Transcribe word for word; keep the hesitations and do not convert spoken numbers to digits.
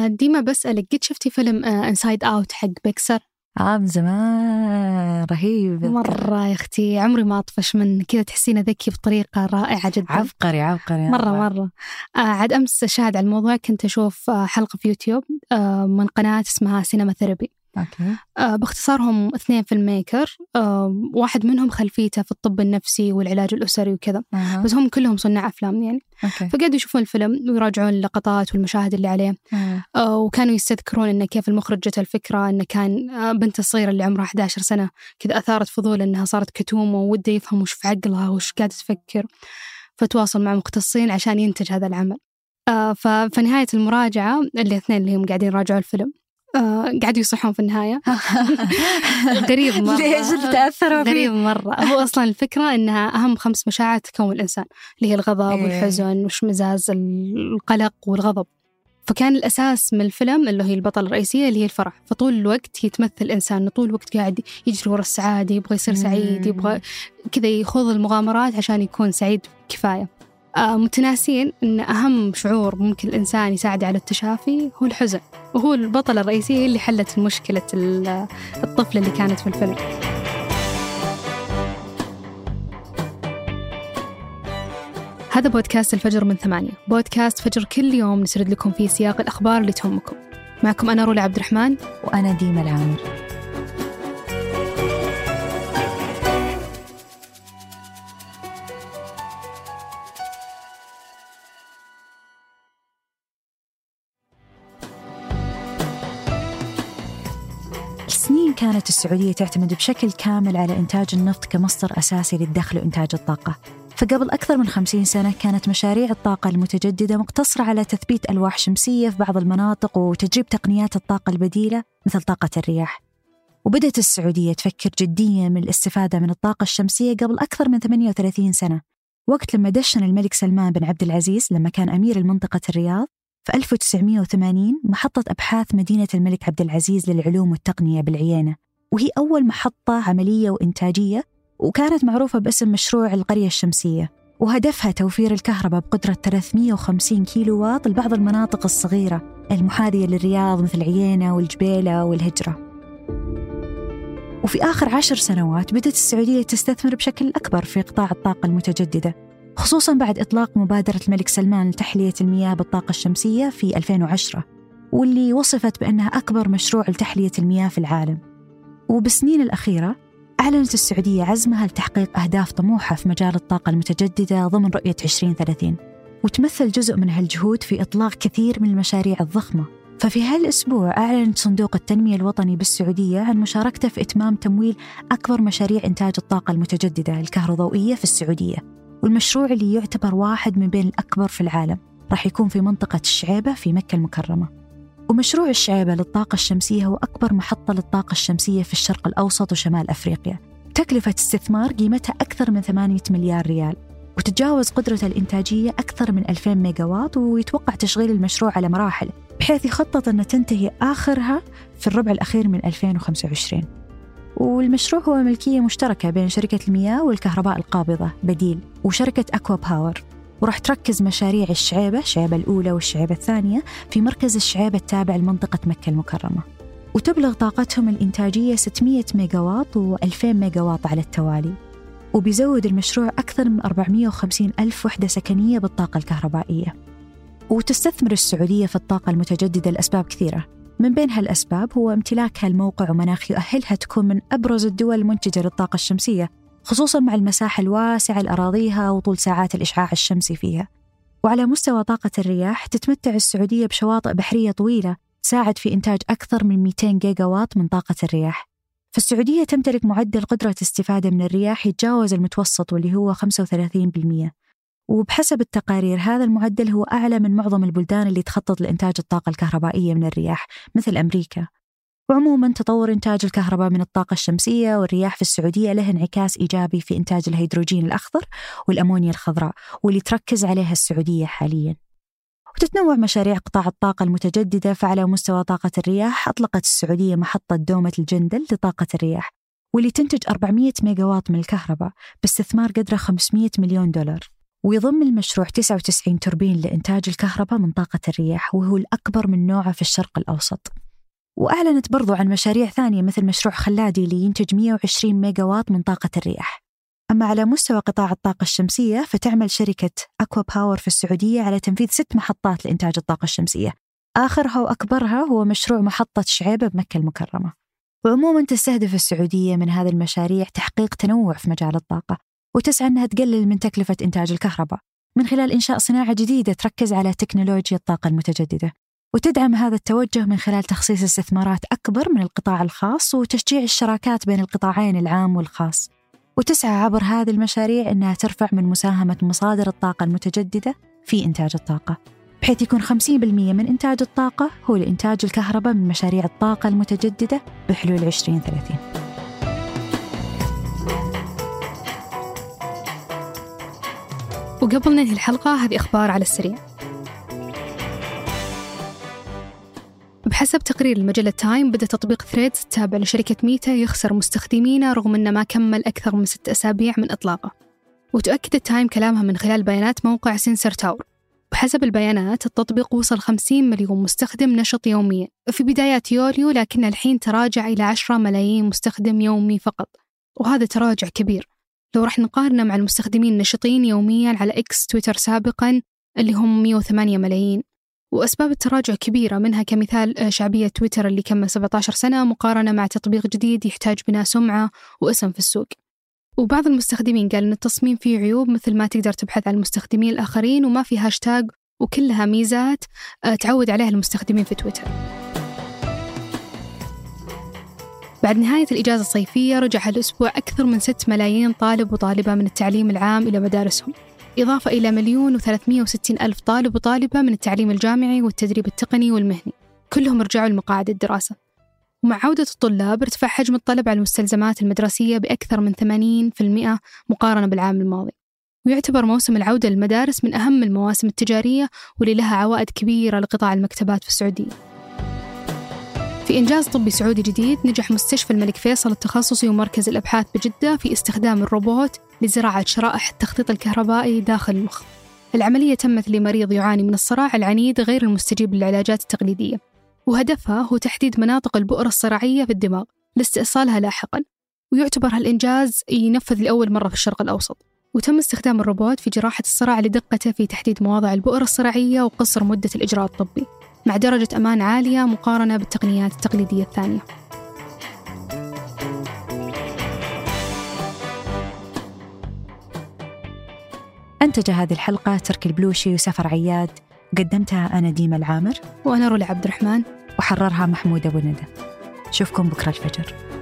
ديما بسألك، قد شفتي فيلم إنسايد أوت حق بيكسر؟ آه من زمان، رهيب مرة يا أختي، عمري ما أطفش من كذا، تحسينه ذكي بطريقة رائعة جدا. عبقري عبقري مرة مرة. آه عاد أمس شاهد على الموضوع، كنت أشوف آه حلقة في يوتيوب آه من قناة اسمها سينما ثيرابي. أوكي. آه باختصارهم اثنين فيلم ميكر، آه واحد منهم خلفيته في الطب النفسي والعلاج الأسري وكذا، أه. بس هم كلهم صناع أفلام يعني. أوكي. فقعدوا يشوفون الفيلم ويراجعون اللقطات والمشاهد اللي عليه. أه. آه وكانوا يستذكرون إنه كيف المخرج جت الفكرة، إنه كان آه بنت الصغيرة اللي عمرها إحدى عشرة سنة كذا أثارت فضول إنها صارت كتومة ووده يفهم وش في عقلها وش قاعدة تفكر، فتواصل مع مختصين عشان ينتج هذا العمل. آه ففي نهاية المراجعة الاثنين اللي هم قاعدين يراجعوا الفيلم آه قاعدوا يصحون في النهاية. غريب مرة. ليش تأثروا فيه؟ غريب مرة. هو أصلا الفكرة إنها أهم خمس مشاعر تكون الإنسان، اللي هي الغضب أيه. والحزن والاشمئزاز، القلق والغضب. فكان الأساس من الفيلم اللي هي البطلة الرئيسية اللي هي الفرح، فطول الوقت يتمثل إنسان طول الوقت قاعد يجري ورا السعادة، يبغى يصير سعيد، يبغى كذا يخوض المغامرات عشان يكون سعيد كفاية. آه متناسين إن أهم شعور ممكن الإنسان يساعد على التشافي هو الحزن، وهو البطلة الرئيسية اللي حلت مشكلة الطفلة اللي كانت في الفيلم. هذا بودكاست الفجر من ثمانية، بودكاست فجر كل يوم نسرد لكم فيه سياق الأخبار اللي تهمكم. معكم أنا رولا عبد الرحمن، وأنا ديما العامر. سنين كانت السعودية تعتمد بشكل كامل على إنتاج النفط كمصدر أساسي للدخل وإنتاج الطاقة. فقبل أكثر من خمسين سنة كانت مشاريع الطاقة المتجددة مقتصرة على تثبيت ألواح شمسية في بعض المناطق وتجريب تقنيات الطاقة البديلة مثل طاقة الرياح. وبدأت السعودية تفكر جدياً من الاستفادة من الطاقة الشمسية قبل أكثر من ثمانية وثلاثين سنة، وقت لما دشن الملك سلمان بن عبد العزيز لما كان أمير المنطقة الرياض في ألف وتسعمائة وثمانين محطة أبحاث مدينة الملك عبد العزيز للعلوم والتقنية بالعيينة، وهي أول محطة عملية وإنتاجية، وكانت معروفة باسم مشروع القرية الشمسية، وهدفها توفير الكهرباء بقدرة ثلاثمائة وخمسين كيلو واط لبعض المناطق الصغيرة المحاذية للرياض مثل عيينة والجبيلة والهجرة. وفي آخر عشر سنوات بدأت السعودية تستثمر بشكل أكبر في قطاع الطاقة المتجددة، خصوصاً بعد إطلاق مبادرة الملك سلمان لتحلية المياه بالطاقة الشمسية في ألفين وعشرة، واللي وصفت بأنها أكبر مشروع لتحلية المياه في العالم. وبالسنين الأخيرة أعلنت السعودية عزمها لتحقيق أهداف طموحة في مجال الطاقة المتجددة ضمن رؤية عشرين ثلاثين، وتمثل جزء من هالجهود في إطلاق كثير من المشاريع الضخمة. ففي هالأسبوع أعلنت صندوق التنمية الوطني بالسعودية عن مشاركته في إتمام تمويل أكبر مشاريع إنتاج الطاقة المتجددة الكهروضوئية في السعودية، والمشروع اللي يعتبر واحد من بين الأكبر في العالم راح يكون في منطقة الشعيبة في مكة المكرمة. ومشروع الشعيبة للطاقة الشمسية هو أكبر محطة للطاقة الشمسية في الشرق الأوسط وشمال أفريقيا، تكلفة استثمار قيمتها أكثر من ثمانية مليار ريال، وتتجاوز قدرة الإنتاجية أكثر من ألفين ميجاوات، ويتوقع تشغيل المشروع على مراحل بحيث يخطط أن تنتهي آخرها في الربع الأخير من ألفين وخمسة وعشرين. والمشروع هو ملكية مشتركة بين شركة المياه والكهرباء القابضة بديل وشركة أكوا باور، وراح تركز مشاريع الشعيبة الشعيبة الأولى والشعيبة الثانية في مركز الشعيبة التابع لمنطقة مكة المكرمة، وتبلغ طاقتهم الإنتاجية ستمائة ميجاوات وألفين ميجاوات على التوالي. وبيزود المشروع أكثر من أربعمائة وخمسين ألف وحدة سكنية بالطاقة الكهربائية. وتستثمر السعودية في الطاقة المتجددة لأسباب كثيرة، من بين هالأسباب هو امتلاكها الموقع ومناخ يؤهلها تكون من أبرز الدول المنتجة للطاقة الشمسية، خصوصاً مع المساحة الواسعة لأراضيها وطول ساعات الإشعاع الشمسي فيها. وعلى مستوى طاقة الرياح تتمتع السعودية بشواطئ بحرية طويلة تساعد في إنتاج أكثر من مئتين جيجا وات من طاقة الرياح. فالسعودية تمتلك معدل قدرة استفادة من الرياح يتجاوز المتوسط واللي هو خمسة وثلاثين بالمئة، وبحسب التقارير هذا المعدل هو أعلى من معظم البلدان اللي تخطط لإنتاج الطاقة الكهربائية من الرياح مثل أمريكا. وعموما تطور إنتاج الكهرباء من الطاقة الشمسية والرياح في السعودية له انعكاس إيجابي في إنتاج الهيدروجين الأخضر والأمونيا الخضراء واللي تركز عليها السعودية حاليا. وتتنوع مشاريع قطاع الطاقة المتجددة، فعلى مستوى طاقة الرياح أطلقت السعودية محطة دومة الجندل لطاقة الرياح واللي تنتج أربعمائة ميجاوات من الكهرباء باستثمار قدره خمسمائة مليون دولار. ويضم المشروع تسعة وتسعين توربين لإنتاج الكهرباء من طاقة الرياح، وهو الأكبر من نوعه في الشرق الأوسط. وأعلنت برضو عن مشاريع ثانية مثل مشروع خلادي لينتج مئة وعشرين ميجاوات من طاقة الرياح. أما على مستوى قطاع الطاقة الشمسية فتعمل شركة أكوا باور في السعودية على تنفيذ ست محطات لإنتاج الطاقة الشمسية، آخرها وأكبرها هو مشروع محطة شعيبة بمكة المكرمة. وعموما تستهدف السعودية من هذه المشاريع تحقيق تنوع في مجال الطاقة، وتسعى أنها تقلل من تكلفة إنتاج الكهرباء من خلال إنشاء صناعة جديدة تركز على تكنولوجيا الطاقة المتجددة، وتدعم هذا التوجه من خلال تخصيص استثمارات أكبر من القطاع الخاص وتشجيع الشراكات بين القطاعين العام والخاص. وتسعى عبر هذه المشاريع أنها ترفع من مساهمة مصادر الطاقة المتجددة في إنتاج الطاقة، بحيث يكون خمسين بالمئة من إنتاج الطاقة هو لإنتاج الكهرباء من مشاريع الطاقة المتجددة بحلول عشرين ثلاثين. وقبل ننهي الحلقة هذه أخبار على السريع. بحسب تقرير المجلة تايم، بدأ تطبيق ثريدز التابع لشركة ميتا يخسر مستخدمينه رغم أنه ما كمل أكثر من ست أسابيع من إطلاقه. وتؤكد التايم كلامها من خلال بيانات موقع سنسر تاور. بحسب البيانات التطبيق وصل خمسين مليون مستخدم نشط يوميا في بدايات يوليو، لكن الحين تراجع إلى عشرة ملايين مستخدم يومي فقط، وهذا تراجع كبير لو رح نقارنه مع المستخدمين النشطين يوميا على إكس تويتر سابقا اللي هم مئة وثمانية ملايين. وأسباب التراجع كبيرة، منها كمثال شعبية تويتر اللي كمل سبعة عشر سنة مقارنة مع تطبيق جديد يحتاج بناء سمعة واسم في السوق. وبعض المستخدمين قال إن التصميم فيه عيوب، مثل ما تقدر تبحث عن المستخدمين الآخرين وما في هاشتاج، وكلها ميزات تعود عليها المستخدمين في تويتر. بعد نهاية الإجازة الصيفية رجع هالأسبوع أكثر من ستة ملايين طالب وطالبة من التعليم العام إلى مدارسهم، إضافة إلى مليون وثلاثمئة وستين ألف طالب وطالبة من التعليم الجامعي والتدريب التقني والمهني، كلهم رجعوا لمقاعد الدراسة. ومع عودة الطلاب ارتفع حجم الطلب على المستلزمات المدرسية بأكثر من ثمانين بالمئة مقارنة بالعام الماضي. ويعتبر موسم العودة للمدارس من أهم المواسم التجارية واللي لها عوائد كبيرة لقطاع المكتبات في السعودية. في إنجاز طبي سعودي جديد، نجح مستشفى الملك فيصل التخصصي ومركز الأبحاث بجدة في استخدام الروبوت لزراعة شرائح التخطيط الكهربائي داخل المخ. العملية تمت لمريض يعاني من الصراع العنيد غير المستجيب للعلاجات التقليدية، وهدفها هو تحديد مناطق البؤرة الصراعية في الدماغ لاستئصالها لاحقاً. ويعتبر هالإنجاز ينفذ لأول مرة في الشرق الأوسط. وتم استخدام الروبوت في جراحة الصرع لدقته في تحديد مواضع البؤرة الصرعية وقصر مدة الإجراء الطبي، مع درجة أمان عالية مقارنة بالتقنيات التقليدية الثانية. أنتج هذه الحلقة تركي البلوشي وسفر عياد، قدمتها أنا ديما العامر وأنا رولا عبد الرحمن، وحررها محمود أبو ندى. شوفكم بكرة الفجر.